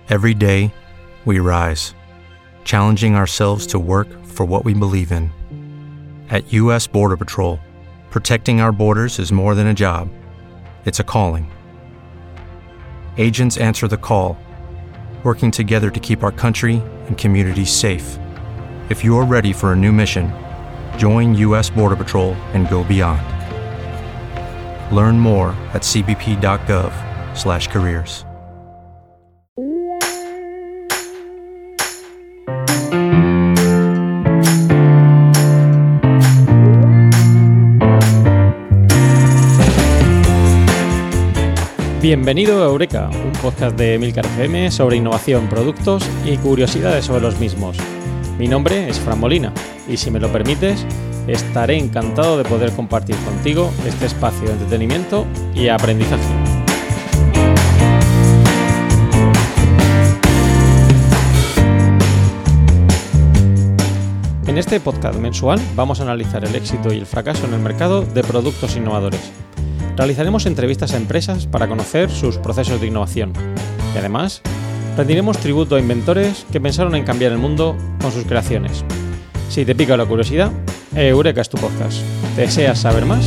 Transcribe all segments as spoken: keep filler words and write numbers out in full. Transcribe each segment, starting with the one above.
Every day, we rise, challenging ourselves to work for what we believe in. At U S Border Patrol, protecting our borders is more than a job. It's a calling. Agents answer the call, working together to keep our country and communities safe. If you are ready for a new mission, join U S Border Patrol and go beyond. Learn more at c b p dot gov slash careers. Bienvenido a Eureka, un podcast de Emilcar F M sobre innovación, productos y curiosidades sobre los mismos. Mi nombre es Fran Molina y si me lo permites, estaré encantado de poder compartir contigo este espacio de entretenimiento y aprendizaje. En este podcast mensual vamos a analizar el éxito y el fracaso en el mercado de productos innovadores. Realizaremos entrevistas a empresas para conocer sus procesos de innovación y además rendiremos tributo a inventores que pensaron en cambiar el mundo con sus creaciones. Si te pica la curiosidad, Eureka es tu podcast. ¿Deseas saber más?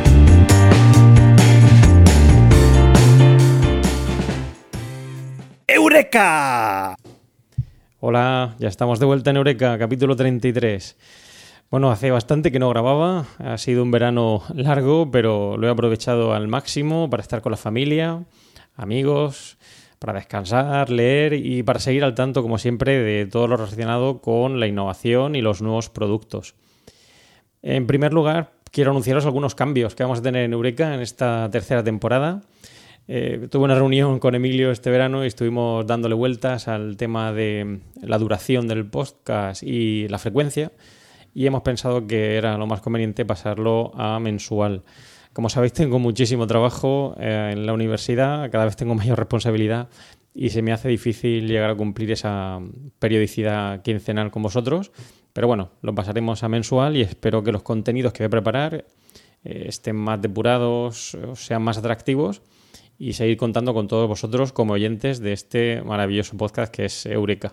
¡Eureka! Hola, ya estamos de vuelta en Eureka, capítulo treinta y tres. Bueno, hace bastante que no grababa, ha sido un verano largo, pero lo he aprovechado al máximo para estar con la familia, amigos, para descansar, leer y para seguir al tanto, como siempre, de todo lo relacionado con la innovación y los nuevos productos. En primer lugar, quiero anunciaros algunos cambios que vamos a tener en Eureka en esta tercera temporada. Eh, tuve una reunión con Emilio este verano y estuvimos dándole vueltas al tema de la duración del podcast y la frecuencia. Y hemos pensado que era lo más conveniente pasarlo a mensual. Como sabéis, tengo muchísimo trabajo eh, en la universidad, cada vez tengo mayor responsabilidad y se me hace difícil llegar a cumplir esa periodicidad quincenal con vosotros. Pero bueno, lo pasaremos a mensual y espero que los contenidos que voy a preparar eh, estén más depurados, sean más atractivos y seguir contando con todos vosotros como oyentes de este maravilloso podcast que es Eureka.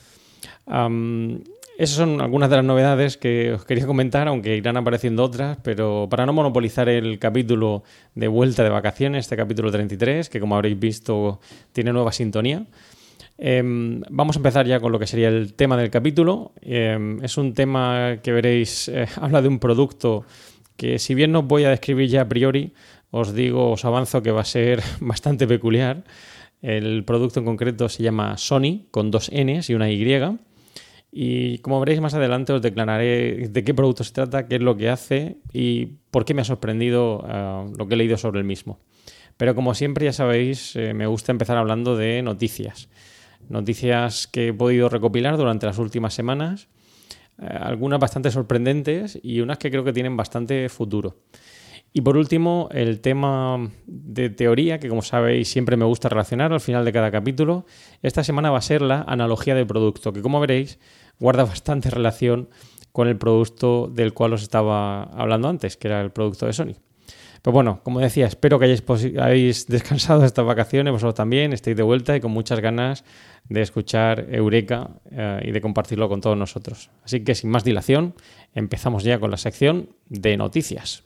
Um, Esas son algunas de las novedades que os quería comentar, aunque irán apareciendo otras, pero para no monopolizar el capítulo de vuelta de vacaciones, este capítulo treinta y tres, que como habréis visto tiene nueva sintonía, eh, vamos a empezar ya con lo que sería el tema del capítulo. Eh, es un tema que veréis, eh, habla de un producto que si bien no os voy a describir ya a priori, os digo, os avanzo que va a ser bastante peculiar. El producto en concreto se llama Sony, con dos N's y una Y. Y como veréis más adelante os declararé de qué producto se trata, qué es lo que hace y por qué me ha sorprendido uh, lo que he leído sobre el mismo. Pero como siempre ya sabéis, eh, me gusta empezar hablando de noticias. Noticias que he podido recopilar durante las últimas semanas, eh, algunas bastante sorprendentes y unas que creo que tienen bastante futuro. Y por último, el tema de teoría, que como sabéis siempre me gusta relacionar al final de cada capítulo. Esta semana va a ser la analogía del producto, que como veréis guarda bastante relación con el producto del cual os estaba hablando antes, que era el producto de Sony. Pues bueno, como decía, espero que hayáis, posi- hayáis descansado estas vacaciones, vosotros también, estéis de vuelta y con muchas ganas de escuchar Eureka eh, y de compartirlo con todos nosotros. Así que sin más dilación, empezamos ya con la sección de noticias.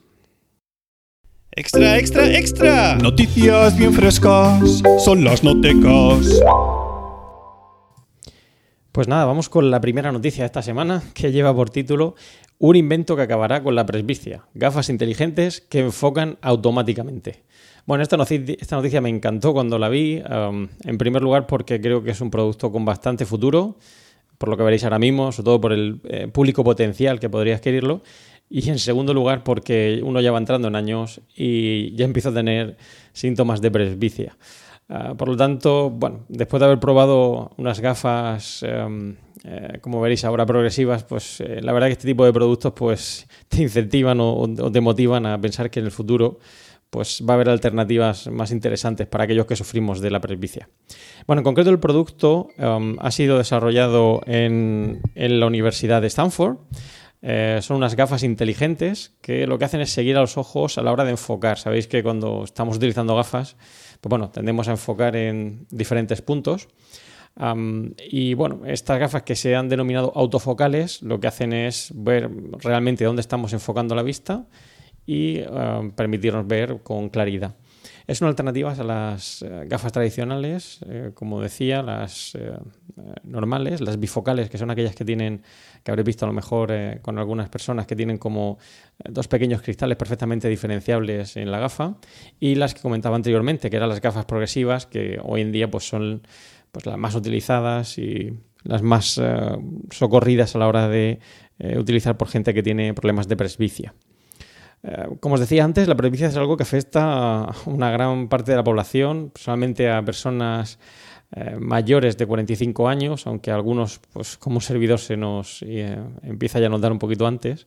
¡Extra, extra, extra! Noticias bien frescas, son las notecas. Pues nada, vamos con la primera noticia de esta semana, que lleva por título Un invento que acabará con la presbicia. Gafas inteligentes que enfocan automáticamente. Bueno, esta noticia, esta noticia me encantó cuando la vi. Um, en primer lugar porque creo que es un producto con bastante futuro, por lo que veréis ahora mismo, sobre todo por el eh, público potencial que podría adquirirlo. Y en segundo lugar porque uno ya va entrando en años y ya empieza a tener síntomas de presbicia. Uh, por lo tanto, bueno, después de haber probado unas gafas, um, eh, como veréis ahora progresivas, pues eh, la verdad que este tipo de productos pues te incentivan o, o te motivan a pensar que en el futuro pues va a haber alternativas más interesantes para aquellos que sufrimos de la presbicia. Bueno, en concreto el producto um, ha sido desarrollado en, en la Universidad de Stanford. Eh, son unas gafas inteligentes que lo que hacen es seguir a los ojos a la hora de enfocar. Sabéis que cuando estamos utilizando gafas, pues bueno, tendemos a enfocar en diferentes puntos. Um, y bueno, estas gafas que se han denominado autofocales lo que hacen es ver realmente dónde estamos enfocando la vista y uh, permitirnos ver con claridad. Es una alternativa a las eh, gafas tradicionales, eh, como decía, las eh, normales, las bifocales, que son aquellas que tienen, que habréis visto a lo mejor eh, con algunas personas, que tienen como dos pequeños cristales perfectamente diferenciables en la gafa, y las que comentaba anteriormente, que eran las gafas progresivas, que hoy en día pues, son pues, las más utilizadas y las más eh, socorridas a la hora de eh, utilizar por gente que tiene problemas de presbicia. Como os decía antes, la presbicia es algo que afecta a una gran parte de la población, personalmente a personas eh, mayores de cuarenta y cinco años, aunque a algunos, pues como un servidor, se nos eh, empieza ya a notar un poquito antes.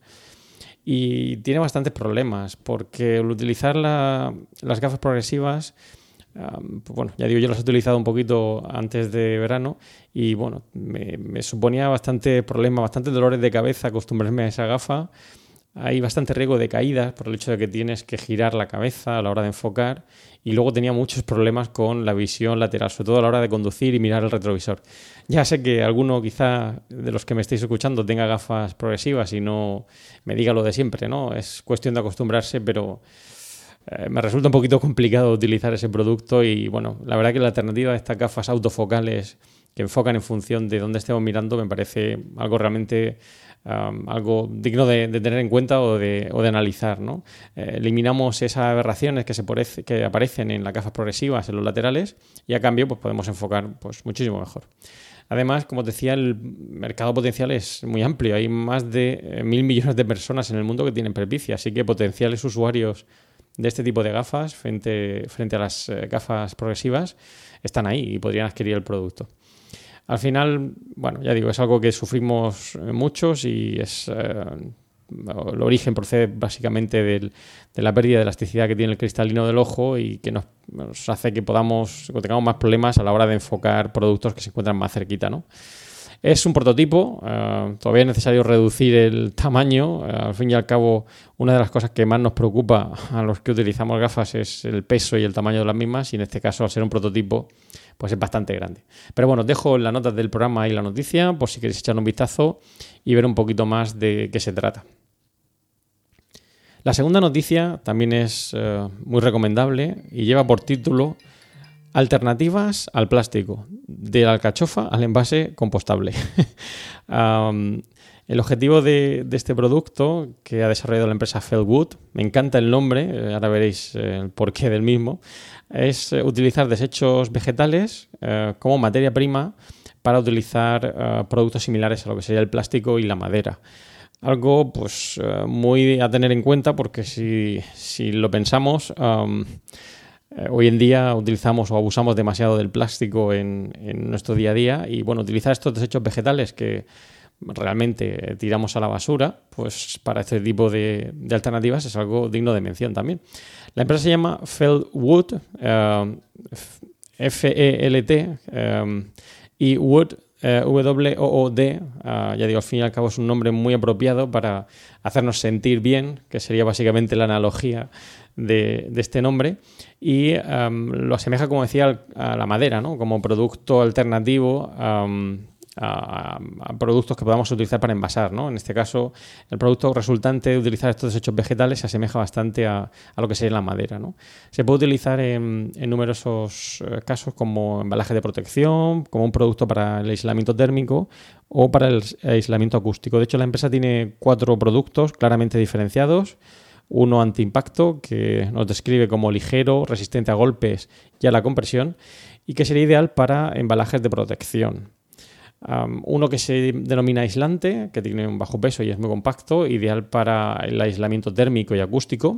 Y tiene bastantes problemas, porque al utilizar la, las gafas progresivas, um, pues bueno, ya digo, yo las he utilizado un poquito antes de verano y bueno, me, me suponía bastante problema, bastante dolores de cabeza acostumbrarme a esa gafa. Hay bastante riesgo de caídas por el hecho de que tienes que girar la cabeza a la hora de enfocar y luego tenía muchos problemas con la visión lateral, sobre todo a la hora de conducir y mirar el retrovisor. Ya sé que alguno quizá de los que me estéis escuchando tenga gafas progresivas y no me diga lo de siempre, ¿no? Es cuestión de acostumbrarse, pero eh, me resulta un poquito complicado utilizar ese producto y bueno, la verdad que la alternativa a estas gafas autofocales que enfocan en función de dónde estemos mirando me parece algo realmente Um, algo digno de, de tener en cuenta o de, o de analizar, ¿no? Eh, eliminamos esas aberraciones que, se parece, que aparecen en las gafas progresivas en los laterales y a cambio pues, podemos enfocar pues, muchísimo mejor. Además, como os decía, el mercado potencial es muy amplio. Hay más de eh, mil millones de personas en el mundo que tienen presbicia, así que potenciales usuarios de este tipo de gafas frente, frente a las eh, gafas progresivas están ahí y podrían adquirir el producto. Al final, bueno, ya digo, es algo que sufrimos muchos y es eh, el origen procede básicamente del, de la pérdida de elasticidad que tiene el cristalino del ojo y que nos, nos hace que podamos, que tengamos más problemas a la hora de enfocar productos que se encuentran más cerquita, ¿no? Es un prototipo, uh, todavía es necesario reducir el tamaño. Uh, al fin y al cabo, una de las cosas que más nos preocupa a los que utilizamos gafas es el peso y el tamaño de las mismas y en este caso, al ser un prototipo, pues es bastante grande. Pero bueno, os dejo en las notas del programa ahí la noticia por si queréis echar un vistazo y ver un poquito más de qué se trata. La segunda noticia también es uh, muy recomendable y lleva por título Alternativas al plástico, de la alcachofa al envase compostable. um, el objetivo de, de este producto que ha desarrollado la empresa Felwood, me encanta el nombre, ahora veréis el porqué del mismo, es utilizar desechos vegetales uh, como materia prima para utilizar uh, productos similares a lo que sería el plástico y la madera. Algo pues uh, muy a tener en cuenta porque si, si lo pensamos... Um, Eh, hoy en día utilizamos o abusamos demasiado del plástico en, en nuestro día a día y bueno, utilizar estos desechos vegetales que realmente tiramos a la basura, pues para este tipo de, de alternativas es algo digno de mención también. La empresa se llama Felwood, uh, F E L T, um, y Wood, uh, W O O D, uh, ya digo, al fin y al cabo es un nombre muy apropiado para hacernos sentir bien, que sería básicamente la analogía De, de este nombre y um, lo asemeja, como decía, a la madera, ¿no? Como producto alternativo um, a, a productos que podamos utilizar para envasar, ¿no? En este caso, el producto resultante de utilizar estos desechos vegetales se asemeja bastante a, a lo que sería la madera, ¿no? Se puede utilizar en, en numerosos casos como embalaje de protección, como un producto para el aislamiento térmico o para el aislamiento acústico. De hecho, la empresa tiene cuatro productos claramente diferenciados. Uno antiimpacto, que nos describe como ligero, resistente a golpes y a la compresión, y que sería ideal para embalajes de protección. Um, uno que se denomina aislante, que tiene un bajo peso y es muy compacto, ideal para el aislamiento térmico y acústico,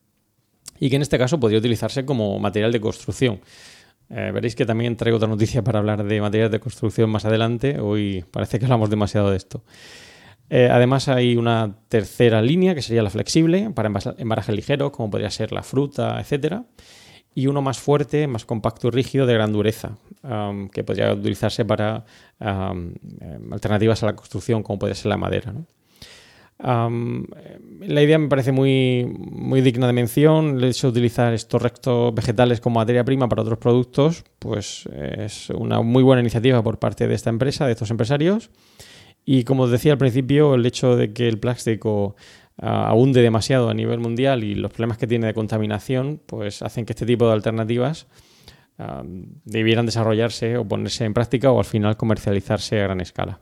y que en este caso podría utilizarse como material de construcción. Eh, veréis que también traigo otra noticia para hablar de materiales de construcción más adelante. Hoy parece que hablamos demasiado de esto. Eh, además hay una tercera línea que sería la flexible para embalajes ligeros como podría ser la fruta, etcétera, y uno más fuerte, más compacto y rígido de gran dureza um, que podría utilizarse para um, alternativas a la construcción como puede ser la madera, ¿no? Um, la idea me parece muy, muy digna de mención. El hecho de utilizar estos restos vegetales como materia prima para otros productos, pues es una muy buena iniciativa por parte de esta empresa, de estos empresarios. Y como os decía al principio, el hecho de que el plástico uh, abunde demasiado a nivel mundial y los problemas que tiene de contaminación, pues hacen que este tipo de alternativas uh, debieran desarrollarse o ponerse en práctica o al final comercializarse a gran escala.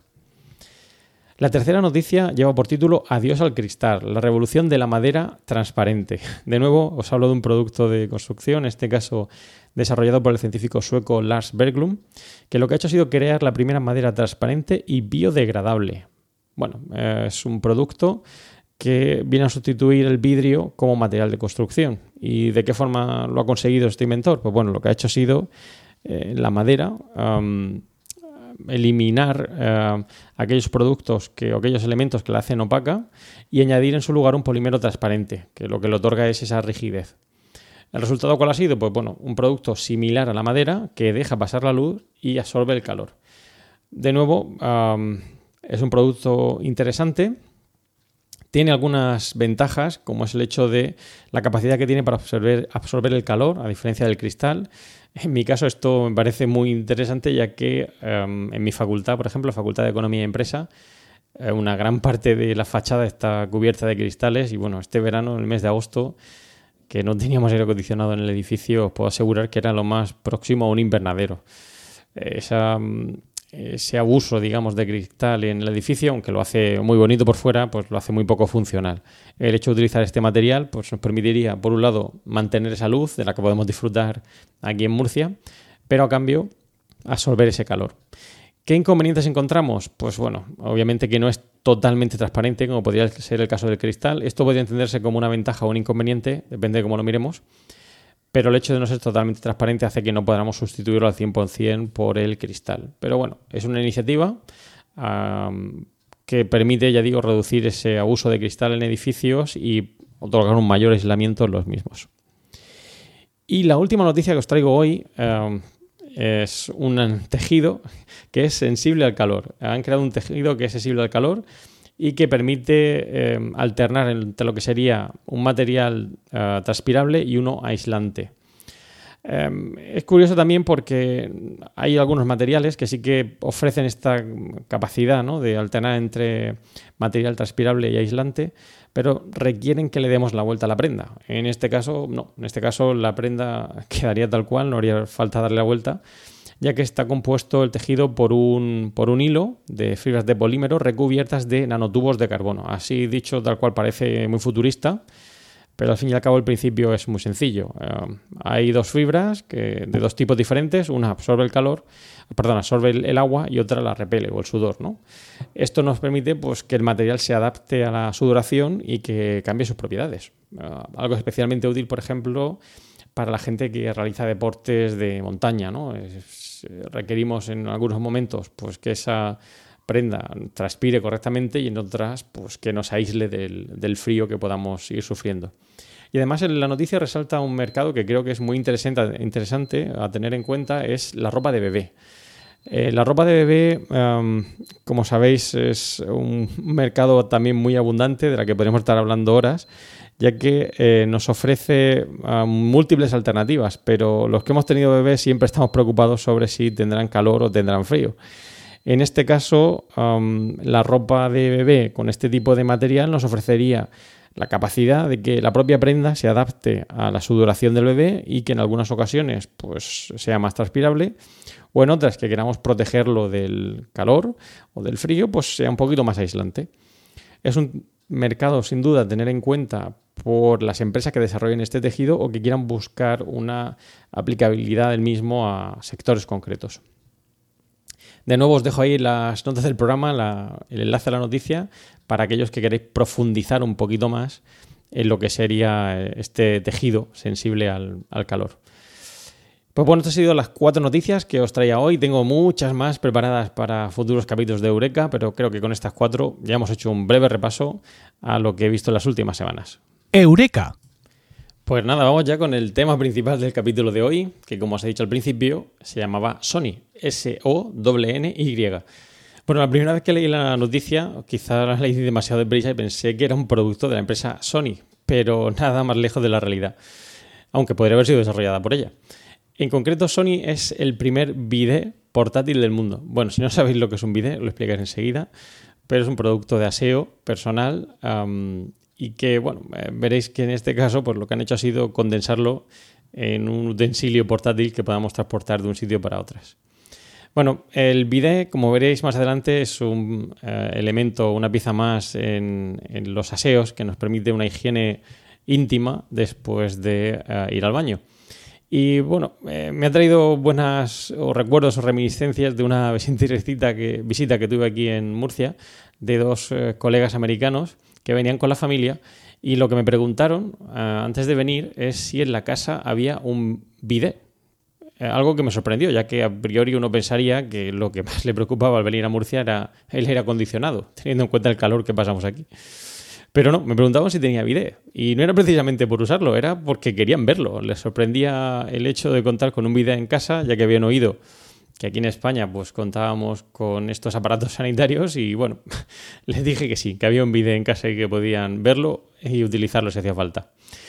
La tercera noticia lleva por título Adiós al cristal, la revolución de la madera transparente. De nuevo, os hablo de un producto de construcción, en este caso desarrollado por el científico sueco Lars Berglund, que lo que ha hecho ha sido crear la primera madera transparente y biodegradable. Bueno, es un producto que viene a sustituir el vidrio como material de construcción. ¿Y de qué forma lo ha conseguido este inventor? Pues bueno, lo que ha hecho ha sido eh, la madera... Um, eliminar eh, aquellos productos que, o aquellos elementos que la hacen opaca y añadir en su lugar un polímero transparente, que lo que le otorga es esa rigidez. ¿El resultado cuál ha sido? Pues bueno, un producto similar a la madera que deja pasar la luz y absorbe el calor. De nuevo, um, es un producto interesante. Tiene algunas ventajas, como es el hecho de la capacidad que tiene para absorber, absorber el calor, a diferencia del cristal. En mi caso esto me parece muy interesante, ya que um, en mi facultad, por ejemplo, la Facultad de Economía y Empresa, eh, una gran parte de la fachada está cubierta de cristales y bueno, este verano, en el mes de agosto, que no teníamos aire acondicionado en el edificio, os puedo asegurar que era lo más próximo a un invernadero. Esa... Um, ese abuso, digamos, de cristal en el edificio, aunque lo hace muy bonito por fuera, pues lo hace muy poco funcional. El hecho de utilizar este material pues nos permitiría, por un lado, mantener esa luz de la que podemos disfrutar aquí en Murcia, pero a cambio absorber ese calor. ¿Qué inconvenientes encontramos? Pues bueno, obviamente que no es totalmente transparente, como podría ser el caso del cristal. Esto podría entenderse como una ventaja o un inconveniente, depende de cómo lo miremos. Pero el hecho de no ser totalmente transparente hace que no podamos sustituirlo al cien por ciento por el cristal. Pero bueno, es una iniciativa um, que permite, ya digo, reducir ese abuso de cristal en edificios y otorgar un mayor aislamiento en los mismos. Y la última noticia que os traigo hoy um, es un tejido que es sensible al calor. Han creado un tejido que es sensible al calor y que permite eh, alternar entre lo que sería un material eh, transpirable y uno aislante. Eh, es curioso también porque hay algunos materiales que sí que ofrecen esta capacidad, ¿no?, de alternar entre material transpirable y aislante, pero requieren que le demos la vuelta a la prenda. En este caso, no. En este caso la prenda quedaría tal cual, no haría falta darle la vuelta, ya que está compuesto el tejido por un, por un hilo de fibras de polímero recubiertas de nanotubos de carbono. Así dicho, tal cual parece muy futurista, pero al fin y al cabo el principio es muy sencillo. Uh, hay dos fibras que, de dos tipos diferentes, una absorbe el calor, perdón, absorbe el, el agua y otra la repele o el sudor, ¿no? Esto nos permite pues, que el material se adapte a la sudoración y que cambie sus propiedades. Uh, algo especialmente útil, por ejemplo, para la gente que realiza deportes de montaña, ¿no? Es, requerimos en algunos momentos pues que esa prenda transpire correctamente y en otras pues que nos aísle del, del frío que podamos ir sufriendo. Y además en la noticia resalta un mercado que creo que es muy interesante, interesante a tener en cuenta, es la ropa de bebé. Eh, la ropa de bebé, um, como sabéis, es un mercado también muy abundante de la que podríamos estar hablando horas, ya que eh, nos ofrece uh, múltiples alternativas, pero los que hemos tenido bebés siempre estamos preocupados sobre si tendrán calor o tendrán frío. En este caso, um, la ropa de bebé con este tipo de material nos ofrecería la capacidad de que la propia prenda se adapte a la sudoración del bebé y que en algunas ocasiones pues, sea más transpirable, o en otras que queramos protegerlo del calor o del frío, pues sea un poquito más aislante. Es un mercado sin duda a tener en cuenta por las empresas que desarrollen este tejido o que quieran buscar una aplicabilidad del mismo a sectores concretos. De nuevo os dejo ahí las notas del programa, la, el enlace a la noticia, para aquellos que queréis profundizar un poquito más en lo que sería este tejido sensible al, al calor. Pues bueno, estas han sido las cuatro noticias que os traía hoy. Tengo muchas más preparadas para futuros capítulos de Eureka, pero creo que con estas cuatro ya hemos hecho un breve repaso a lo que he visto en las últimas semanas. Eureka. Pues nada, vamos ya con el tema principal del capítulo de hoy, que como os he dicho al principio, se llamaba Sony, S O N N Y. Bueno, la primera vez que leí la noticia, quizá la leí demasiado deprisa y pensé que era un producto de la empresa Sony, pero nada más lejos de la realidad, aunque podría haber sido desarrollada por ella. En concreto, Sony es el primer bidet portátil del mundo. Bueno, si no sabéis lo que es un bidet, lo explicaré enseguida, pero es un producto de aseo personal um, y que, bueno, eh, veréis que en este caso pues lo que han hecho ha sido condensarlo en un utensilio portátil que podamos transportar de un sitio para otras. Bueno, el bidet, como veréis más adelante, es un eh, elemento, una pieza más en, en los aseos que nos permite una higiene íntima después de eh, ir al baño. Y bueno, eh, me ha traído buenas o recuerdos o reminiscencias de una visita que, visita que tuve aquí en Murcia de dos eh, colegas americanos que venían con la familia y lo que me preguntaron eh, antes de venir es si en la casa había un bidet. Eh, algo que me sorprendió, ya que a priori uno pensaría que lo que más le preocupaba al venir a Murcia era el aire acondicionado, teniendo en cuenta el calor que pasamos aquí. Pero no, me preguntaban si tenía bidet. Y no era precisamente por usarlo, era porque querían verlo. Les sorprendía el hecho de contar con un bidet en casa, ya que habían oído que aquí en España pues contábamos con estos aparatos sanitarios y bueno, les dije que sí, que había un bidet en casa y que podían verlo y utilizarlo si hacía falta.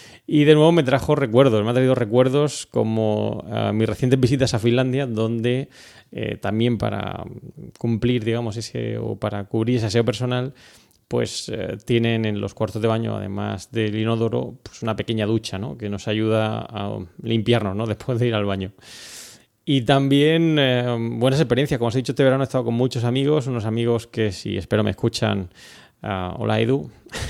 Y de nuevo me trajo recuerdos, me ha traído recuerdos como uh, mis recientes visitas a Finlandia, donde eh, también para cumplir, digamos, ese o para cubrir ese aseo personal, pues eh, tienen en los cuartos de baño, además del inodoro, pues una pequeña ducha, ¿no? Que nos ayuda a limpiarnos, ¿no? Después de ir al baño. Y también eh, buenas experiencias. Como os he dicho, este verano he estado con muchos amigos, unos amigos que, si espero me escuchan, uh, hola Edu,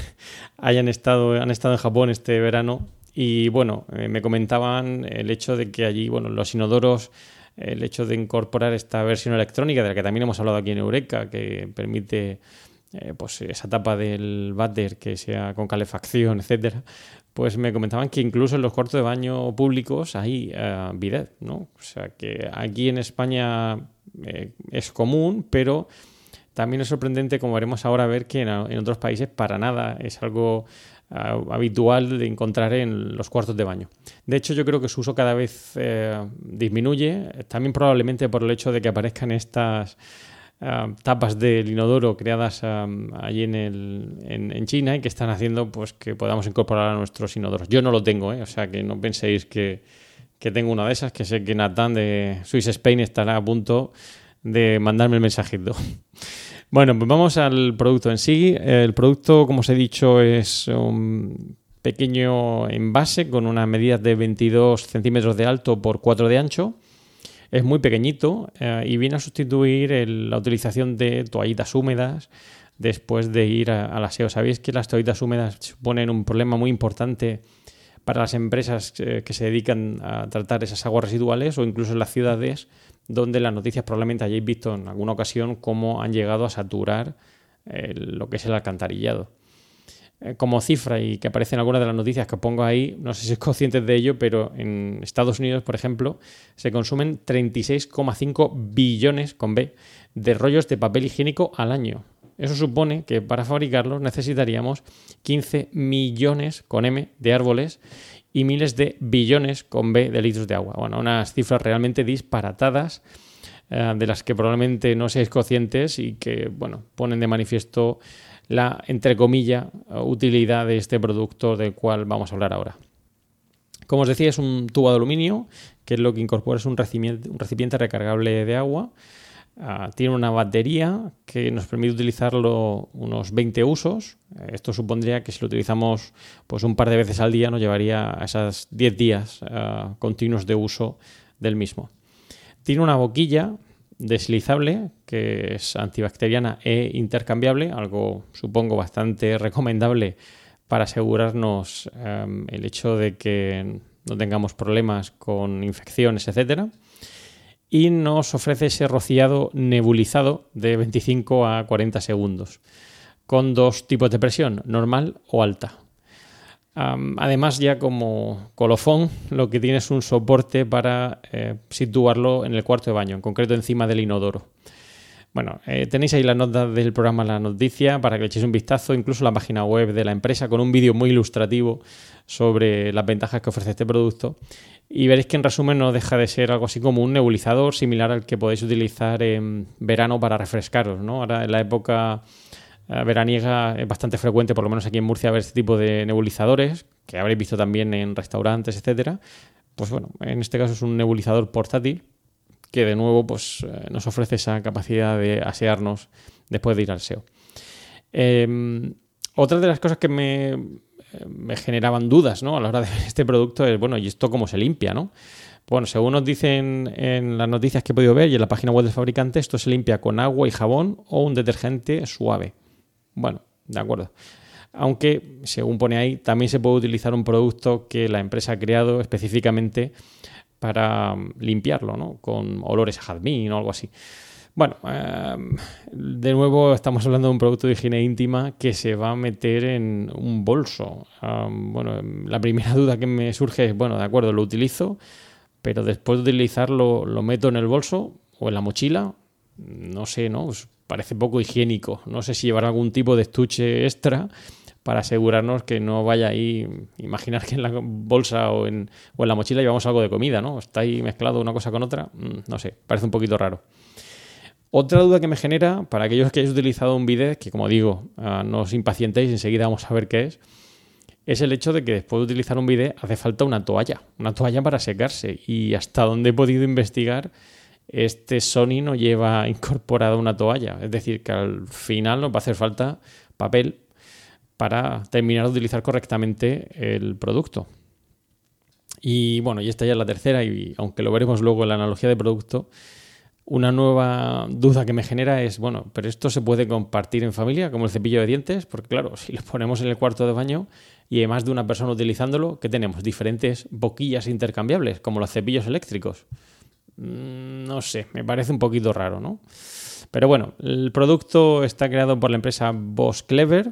hayan estado, han estado en Japón este verano y bueno, eh, me comentaban el hecho de que allí, bueno, los inodoros, el hecho de incorporar esta versión electrónica, de la que también hemos hablado aquí en Eureka, que permite Eh, pues esa tapa del váter que sea con calefacción, etcétera, pues me comentaban que incluso en los cuartos de baño públicos hay uh, bidet, ¿no? O sea que aquí en España eh, es común, pero también es sorprendente, como veremos ahora, ver que en, en otros países para nada es algo uh, habitual de encontrar en los cuartos de baño. De hecho, yo creo que su uso cada vez eh, disminuye, también probablemente por el hecho de que aparezcan estas Uh, tapas del inodoro creadas um, allí en, el, en, en China y que están haciendo pues que podamos incorporar a nuestros inodoros. Yo no lo tengo, ¿eh? O sea que no penséis que, que tengo una de esas, que sé que Natán de Swiss Spain estará a punto de mandarme el mensajito. Bueno, pues vamos al producto en sí. El producto, como os he dicho, es un pequeño envase con unas medidas de veintidós centímetros de alto por cuatro de ancho. Es muy pequeñito eh, y viene a sustituir el, la utilización de toallitas húmedas después de ir a, al aseo. Sabéis que las toallitas húmedas suponen un problema muy importante para las empresas eh, que se dedican a tratar esas aguas residuales o incluso en las ciudades donde las noticias probablemente hayáis visto en alguna ocasión cómo han llegado a saturar eh, lo que es el alcantarillado. Como cifra y que aparece en algunas de las noticias que pongo ahí, no sé si sois conscientes de ello, pero en Estados Unidos, por ejemplo, se consumen treinta y seis coma cinco billones, con B, de rollos de papel higiénico al año. Eso supone que para fabricarlos necesitaríamos quince millones, con M, de árboles y miles de billones, con B, de litros de agua. Bueno, unas cifras realmente disparatadas eh, de las que probablemente no seáis conscientes y que, bueno, ponen de manifiesto la, entre comillas, utilidad de este producto del cual vamos a hablar ahora. Como os decía, es un tubo de aluminio, que es lo que incorpora es un recipiente, un recipiente recargable de agua. Uh, tiene una batería que nos permite utilizarlo unos veinte usos. Esto supondría que si lo utilizamos pues un par de veces al día nos llevaría a esos diez días uh, continuos de uso del mismo. Tiene una boquilla deslizable que es antibacteriana e intercambiable, algo supongo bastante recomendable para asegurarnos um, el hecho de que no tengamos problemas con infecciones, etcétera. Y nos ofrece ese rociado nebulizado de veinticinco a cuarenta segundos, con dos tipos de presión, normal o alta. Um, además, ya como colofón, lo que tiene es un soporte para eh, situarlo en el cuarto de baño, en concreto encima del inodoro. Bueno, eh, tenéis ahí las notas del programa La Noticia para que le echéis un vistazo, incluso la página web de la empresa con un vídeo muy ilustrativo sobre las ventajas que ofrece este producto. Y veréis que en resumen no deja de ser algo así como un nebulizador similar al que podéis utilizar en verano para refrescaros, ¿no? Ahora en la época veraniega es bastante frecuente, por lo menos aquí en Murcia, ver este tipo de nebulizadores, que habréis visto también en restaurantes, etcétera. Pues bueno, en este caso es un nebulizador portátil que de nuevo pues, eh, nos ofrece esa capacidad de asearnos después de ir al S E O. Eh, otra de las cosas que me, me generaban dudas, ¿no?, a la hora de ver este producto es, bueno, ¿y esto cómo se limpia, no? Bueno, según nos dicen en las noticias que he podido ver y en la página web del fabricante, esto se limpia con agua y jabón o un detergente suave. Bueno, de acuerdo. Aunque, según pone ahí, también se puede utilizar un producto que la empresa ha creado específicamente para limpiarlo, ¿no?, con olores a jazmín o algo así. Bueno, eh, de nuevo estamos hablando de un producto de higiene íntima que se va a meter en un bolso. Um, bueno, la primera duda que me surge es, bueno, de acuerdo, lo utilizo, pero después de utilizarlo lo meto en el bolso o en la mochila. No sé, ¿no? Pues parece poco higiénico. No sé si llevar algún tipo de estuche extra para asegurarnos que no vaya ahí, imaginar que en la bolsa o en, o en la mochila llevamos algo de comida, ¿no? Está ahí mezclado una cosa con otra, no sé, parece un poquito raro. Otra duda que me genera, para aquellos que hayáis utilizado un bidet, que como digo, uh, no os impacientéis, enseguida vamos a ver qué es, es el hecho de que después de utilizar un bidet hace falta una toalla, una toalla para secarse, y hasta donde he podido investigar, este Sony no lleva incorporada una toalla, es decir, que al final nos va a hacer falta papel para terminar de utilizar correctamente el producto. Y bueno, y esta ya es la tercera, y aunque lo veremos luego en la analogía de producto, una nueva duda que me genera es, bueno, ¿pero esto se puede compartir en familia como el cepillo de dientes? Porque claro, si lo ponemos en el cuarto de baño y hay más de una persona utilizándolo, ¿qué tenemos? Diferentes boquillas intercambiables, como los cepillos eléctricos. Mm, no sé, me parece un poquito raro, ¿no? Pero bueno, el producto está creado por la empresa Boss Clever.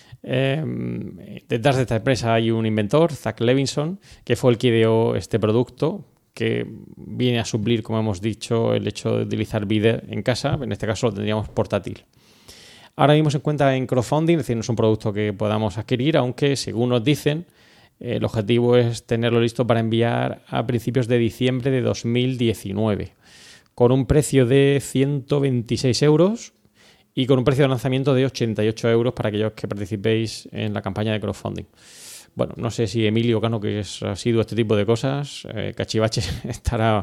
Eh, detrás de esta empresa hay un inventor, Zach Levinson, que fue el que ideó este producto, que viene a suplir, como hemos dicho, el hecho de utilizar bidet en casa. En este caso lo tendríamos portátil. Ahora mismo se encuentra en crowdfunding, es decir, no es un producto que podamos adquirir, aunque según nos dicen, el objetivo es tenerlo listo para enviar a principios de diciembre de dos mil diecinueve, con un precio de ciento veintiséis euros y con un precio de lanzamiento de ochenta y ocho euros para aquellos que participéis en la campaña de crowdfunding. Bueno, no sé si Emilio Cano, que es, ha sido este tipo de cosas, eh, Cachivache, estará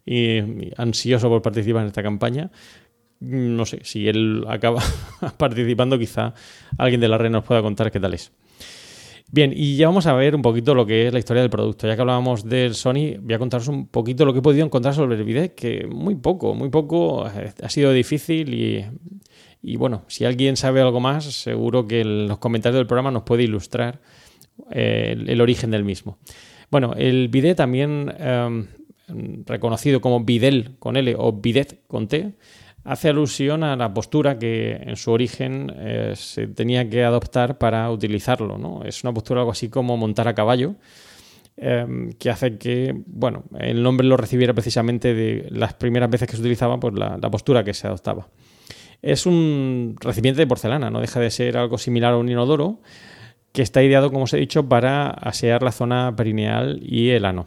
y, ansioso por participar en esta campaña. No sé, si él acaba participando, quizá alguien de la red nos pueda contar qué tal es. Bien, y ya vamos a ver un poquito lo que es la historia del producto. Ya que hablábamos del Sony, voy a contaros un poquito lo que he podido encontrar sobre el bidet, que muy poco, muy poco, ha sido difícil y... Y bueno, si alguien sabe algo más, seguro que en los comentarios del programa nos puede ilustrar eh, el, el origen del mismo. Bueno, el bidet también eh, reconocido como bidel con L o bidet con T, hace alusión a la postura que en su origen eh, se tenía que adoptar para utilizarlo, ¿no? Es una postura algo así como montar a caballo, eh, que hace que, bueno, el nombre lo recibiera precisamente de las primeras veces que se utilizaba, pues la, la postura que se adoptaba. Es un recipiente de porcelana, no deja de ser algo similar a un inodoro, que está ideado, como os he dicho, para asear la zona perineal y el ano.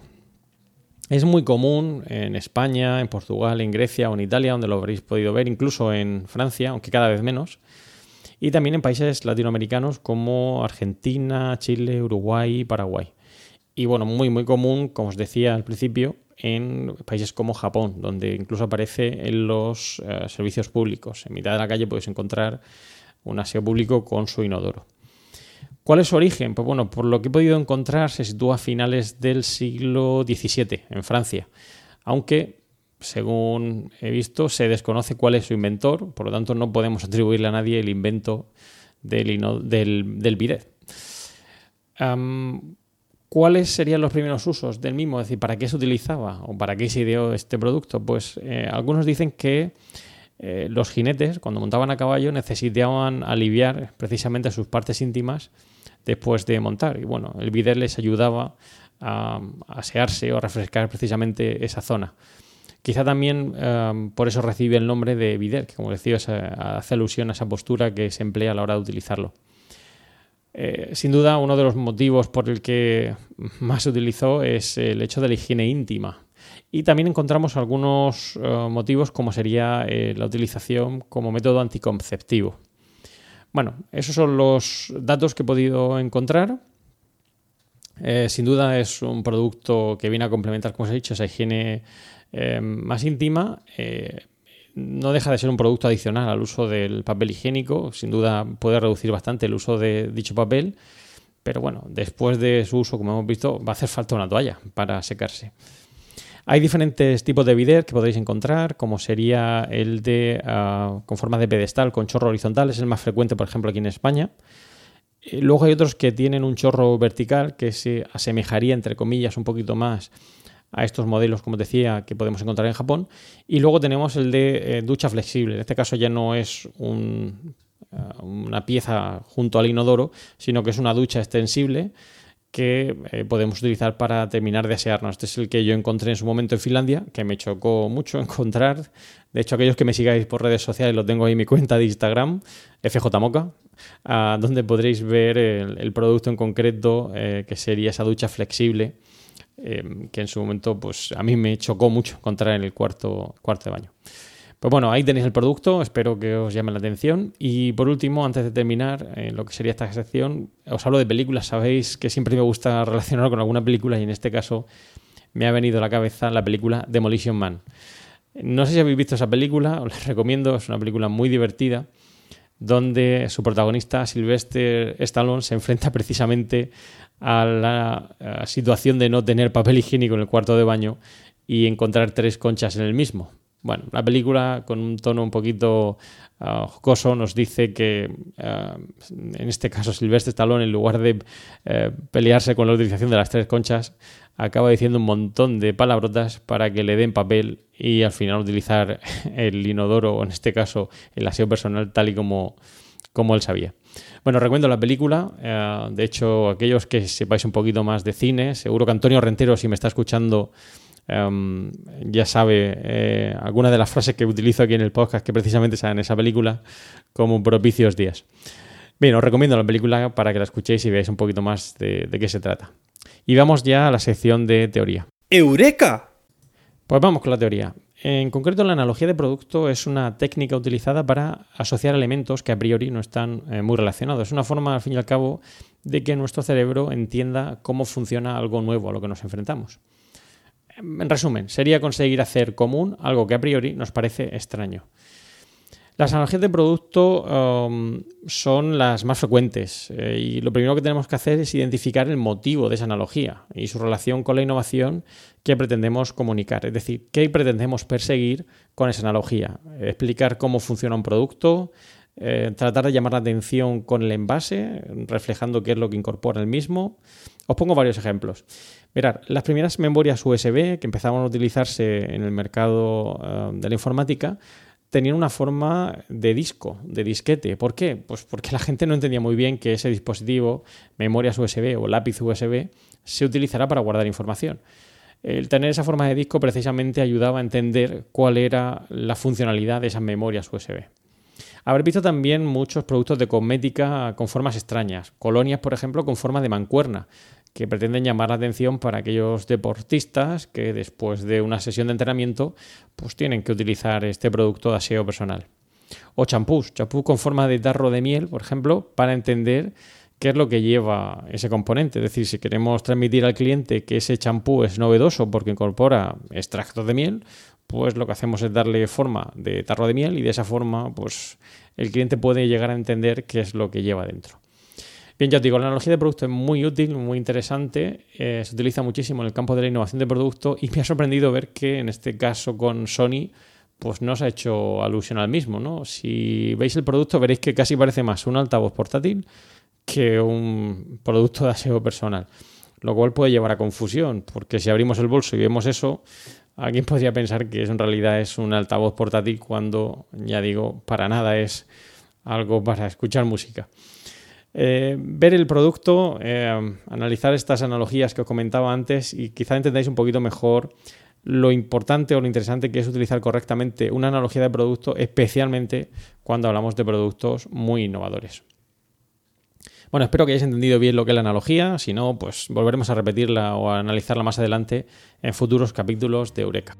Es muy común en España, en Portugal, en Grecia o en Italia, donde lo habréis podido ver, incluso en Francia, aunque cada vez menos, y también en países latinoamericanos como Argentina, Chile, Uruguay y Paraguay. Y bueno, muy muy común, como os decía al principio, en países como Japón, donde incluso aparece en los uh, servicios públicos. En mitad de la calle podéis encontrar un aseo público con su inodoro. ¿Cuál es su origen? Pues bueno, por lo que he podido encontrar, se sitúa a finales del siglo diecisiete en Francia, aunque, según he visto, se desconoce cuál es su inventor, por lo tanto no podemos atribuirle a nadie el invento del, ino- del, del bidet. Um, ¿Cuáles serían los primeros usos del mismo? Es decir, ¿para qué se utilizaba o para qué se ideó este producto? Pues eh, algunos dicen que eh, los jinetes, cuando montaban a caballo, necesitaban aliviar precisamente sus partes íntimas después de montar. Y bueno, el bidet les ayudaba a, a asearse o a refrescar precisamente esa zona. Quizá también eh, por eso recibe el nombre de bidet, que como decía, es, hace alusión a esa postura que se emplea a la hora de utilizarlo. Eh, sin duda, uno de los motivos por el que más se utilizó es el hecho de la higiene íntima. Y también encontramos algunos uh, motivos como sería eh, la utilización como método anticonceptivo. Bueno, esos son los datos que he podido encontrar. Eh, sin duda es un producto que viene a complementar, como os he dicho, esa higiene eh, más íntima. Eh, no deja de ser un producto adicional al uso del papel higiénico. Sin duda puede reducir bastante el uso de dicho papel. Pero bueno, después de su uso, como hemos visto, va a hacer falta una toalla para secarse. Hay diferentes tipos de bidet que podéis encontrar, como sería el de uh, con forma de pedestal, con chorro horizontal, es el más frecuente, por ejemplo, aquí en España. Y luego hay otros que tienen un chorro vertical que se asemejaría, entre comillas, un poquito más a estos modelos, como decía, que podemos encontrar en Japón. Y luego tenemos el de eh, ducha flexible. En este caso ya no es un, uh, una pieza junto al inodoro, sino que es una ducha extensible que eh, podemos utilizar para terminar de asearnos. Este es el que yo encontré en su momento en Finlandia, que me chocó mucho encontrar. De hecho, aquellos que me sigáis por redes sociales, lo tengo ahí en mi cuenta de Instagram, F J Moca, uh, donde podréis ver el, el producto en concreto, eh, que sería esa ducha flexible, eh, que en su momento pues a mí me chocó mucho encontrar en el cuarto, cuarto de baño. Pues bueno, ahí tenéis el producto, espero que os llame la atención. Y por último, antes de terminar, en lo que sería esta sección, os hablo de películas. Sabéis que siempre me gusta relacionarlo con alguna película y en este caso me ha venido a la cabeza la película Demolition Man. No sé si habéis visto esa película, os la recomiendo, es una película muy divertida donde su protagonista, Sylvester Stallone, se enfrenta precisamente a la, a la situación de no tener papel higiénico en el cuarto de baño y encontrar tres conchas en el mismo. Bueno, la película, con un tono un poquito uh, jocoso, nos dice que, uh, en este caso, Sylvester Stallone, en lugar de uh, pelearse con la utilización de las tres conchas, acaba diciendo un montón de palabrotas para que le den papel y al final utilizar el inodoro, o en este caso el aseo personal, tal y como, como él sabía. Bueno, recomiendo la película. Uh, de hecho, aquellos que sepáis un poquito más de cine, seguro que Antonio Rentero, si me está escuchando, Um, ya sabe eh, algunas de las frases que utilizo aquí en el podcast que precisamente salen en esa película como propicios días. Bien, os recomiendo la película para que la escuchéis y veáis un poquito más de, de qué se trata. Y vamos ya a la sección de teoría. ¡Eureka! Pues vamos con la teoría. En concreto, la analogía de producto es una técnica utilizada para asociar elementos que a priori no están eh, muy relacionados. Es una forma, al fin y al cabo, de que nuestro cerebro entienda cómo funciona algo nuevo a lo que nos enfrentamos. En resumen, sería conseguir hacer común algo que a priori nos parece extraño. Las analogías de producto um, son las más frecuentes eh, y lo primero que tenemos que hacer es identificar el motivo de esa analogía y su relación con la innovación que pretendemos comunicar. Es decir, qué pretendemos perseguir con esa analogía. Explicar cómo funciona un producto, eh, tratar de llamar la atención con el envase, reflejando qué es lo que incorpora el mismo. Os pongo varios ejemplos. Mirad, las primeras memorias U S B que empezaban a utilizarse en el mercado uh, de la informática tenían una forma de disco, de disquete. ¿Por qué? Pues porque la gente no entendía muy bien que ese dispositivo, memorias U S B o lápiz U S B, se utilizará para guardar información. El tener esa forma de disco precisamente ayudaba a entender cuál era la funcionalidad de esas memorias U S B. Haber visto también muchos productos de cosmética con formas extrañas. Colonias, por ejemplo, con forma de mancuerna, que pretenden llamar la atención para aquellos deportistas que después de una sesión de entrenamiento pues tienen que utilizar este producto de aseo personal. O champús, champús con forma de tarro de miel, por ejemplo, para entender qué es lo que lleva ese componente. Es decir, si queremos transmitir al cliente que ese champú es novedoso porque incorpora extractos de miel, pues lo que hacemos es darle forma de tarro de miel y de esa forma pues el cliente puede llegar a entender qué es lo que lleva dentro. Bien, ya os digo, la analogía de producto es muy útil, muy interesante, eh, se utiliza muchísimo en el campo de la innovación de producto y me ha sorprendido ver que en este caso con Sony pues no se ha hecho alusión al mismo, ¿no? Si veis el producto veréis que casi parece más un altavoz portátil que un producto de aseo personal, lo cual puede llevar a confusión, porque si abrimos el bolso y vemos eso, alguien podría pensar que en realidad es un altavoz portátil cuando, ya digo, para nada es algo para escuchar música. Eh, ver el producto, eh, analizar estas analogías que os comentaba antes y quizá entendáis un poquito mejor lo importante o lo interesante que es utilizar correctamente una analogía de producto, especialmente cuando hablamos de productos muy innovadores. Bueno, espero que hayáis entendido bien lo que es la analogía. Si no, pues volveremos a repetirla o a analizarla más adelante en futuros capítulos de Eureka.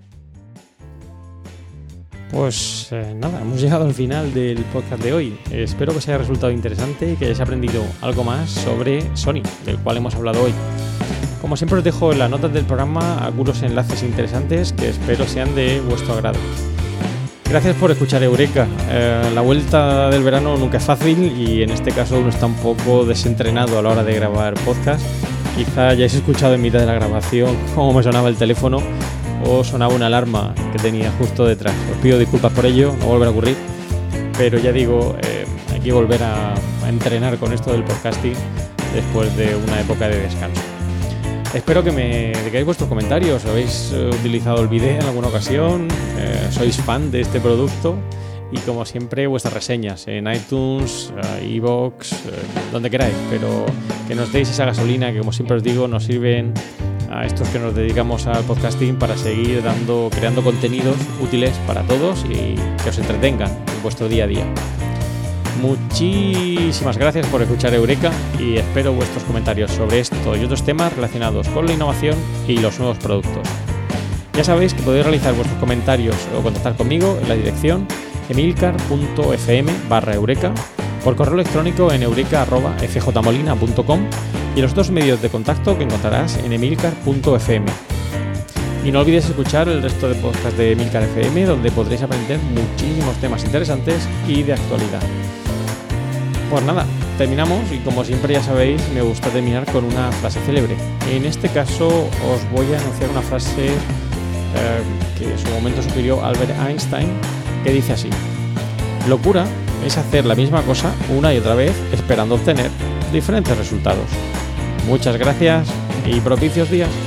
Pues eh, nada, hemos llegado al final del podcast de hoy. Espero que os haya resultado interesante y que hayáis aprendido algo más sobre Sony, del cual hemos hablado hoy. Como siempre os dejo en las notas del programa algunos enlaces interesantes que espero sean de vuestro agrado. Gracias por escuchar Eureka. Eh, la vuelta del verano nunca es fácil y en este caso uno está un poco desentrenado a la hora de grabar podcast. Quizá hayáis escuchado en mitad de la grabación cómo me sonaba el teléfono o sonaba una alarma que tenía justo detrás. Os pido disculpas por ello, no volverá a ocurrir, pero ya digo, eh, hay que volver a, a entrenar con esto del podcasting después de una época de descanso. Espero que me digáis vuestros comentarios. ¿Habéis eh, utilizado el vídeo en alguna ocasión? Eh, ¿Sois fan de este producto? Y como siempre, vuestras reseñas en iTunes, eh, iVoox, eh, donde queráis, pero que nos deis esa gasolina que, como siempre os digo, nos sirven a estos que nos dedicamos al podcasting para seguir dando, creando contenidos útiles para todos y que os entretengan en vuestro día a día. Muchísimas gracias por escuchar Eureka y espero vuestros comentarios sobre esto y otros temas relacionados con la innovación y los nuevos productos. Ya sabéis que podéis realizar vuestros comentarios o contactar conmigo en la dirección emilcar.fm barra eureka, por correo electrónico en eureka arroba f j molina punto com y los dos medios de contacto que encontrarás en emilcar punto f m. Y no olvides escuchar el resto de podcasts de Emilcar F M, donde podréis aprender muchísimos temas interesantes y de actualidad. Pues nada, terminamos y como siempre ya sabéis, me gusta terminar con una frase célebre. En este caso os voy a anunciar una frase eh, que en su momento sugirió Albert Einstein, que dice así: locura es hacer la misma cosa una y otra vez esperando obtener diferentes resultados. Muchas gracias y propicios días.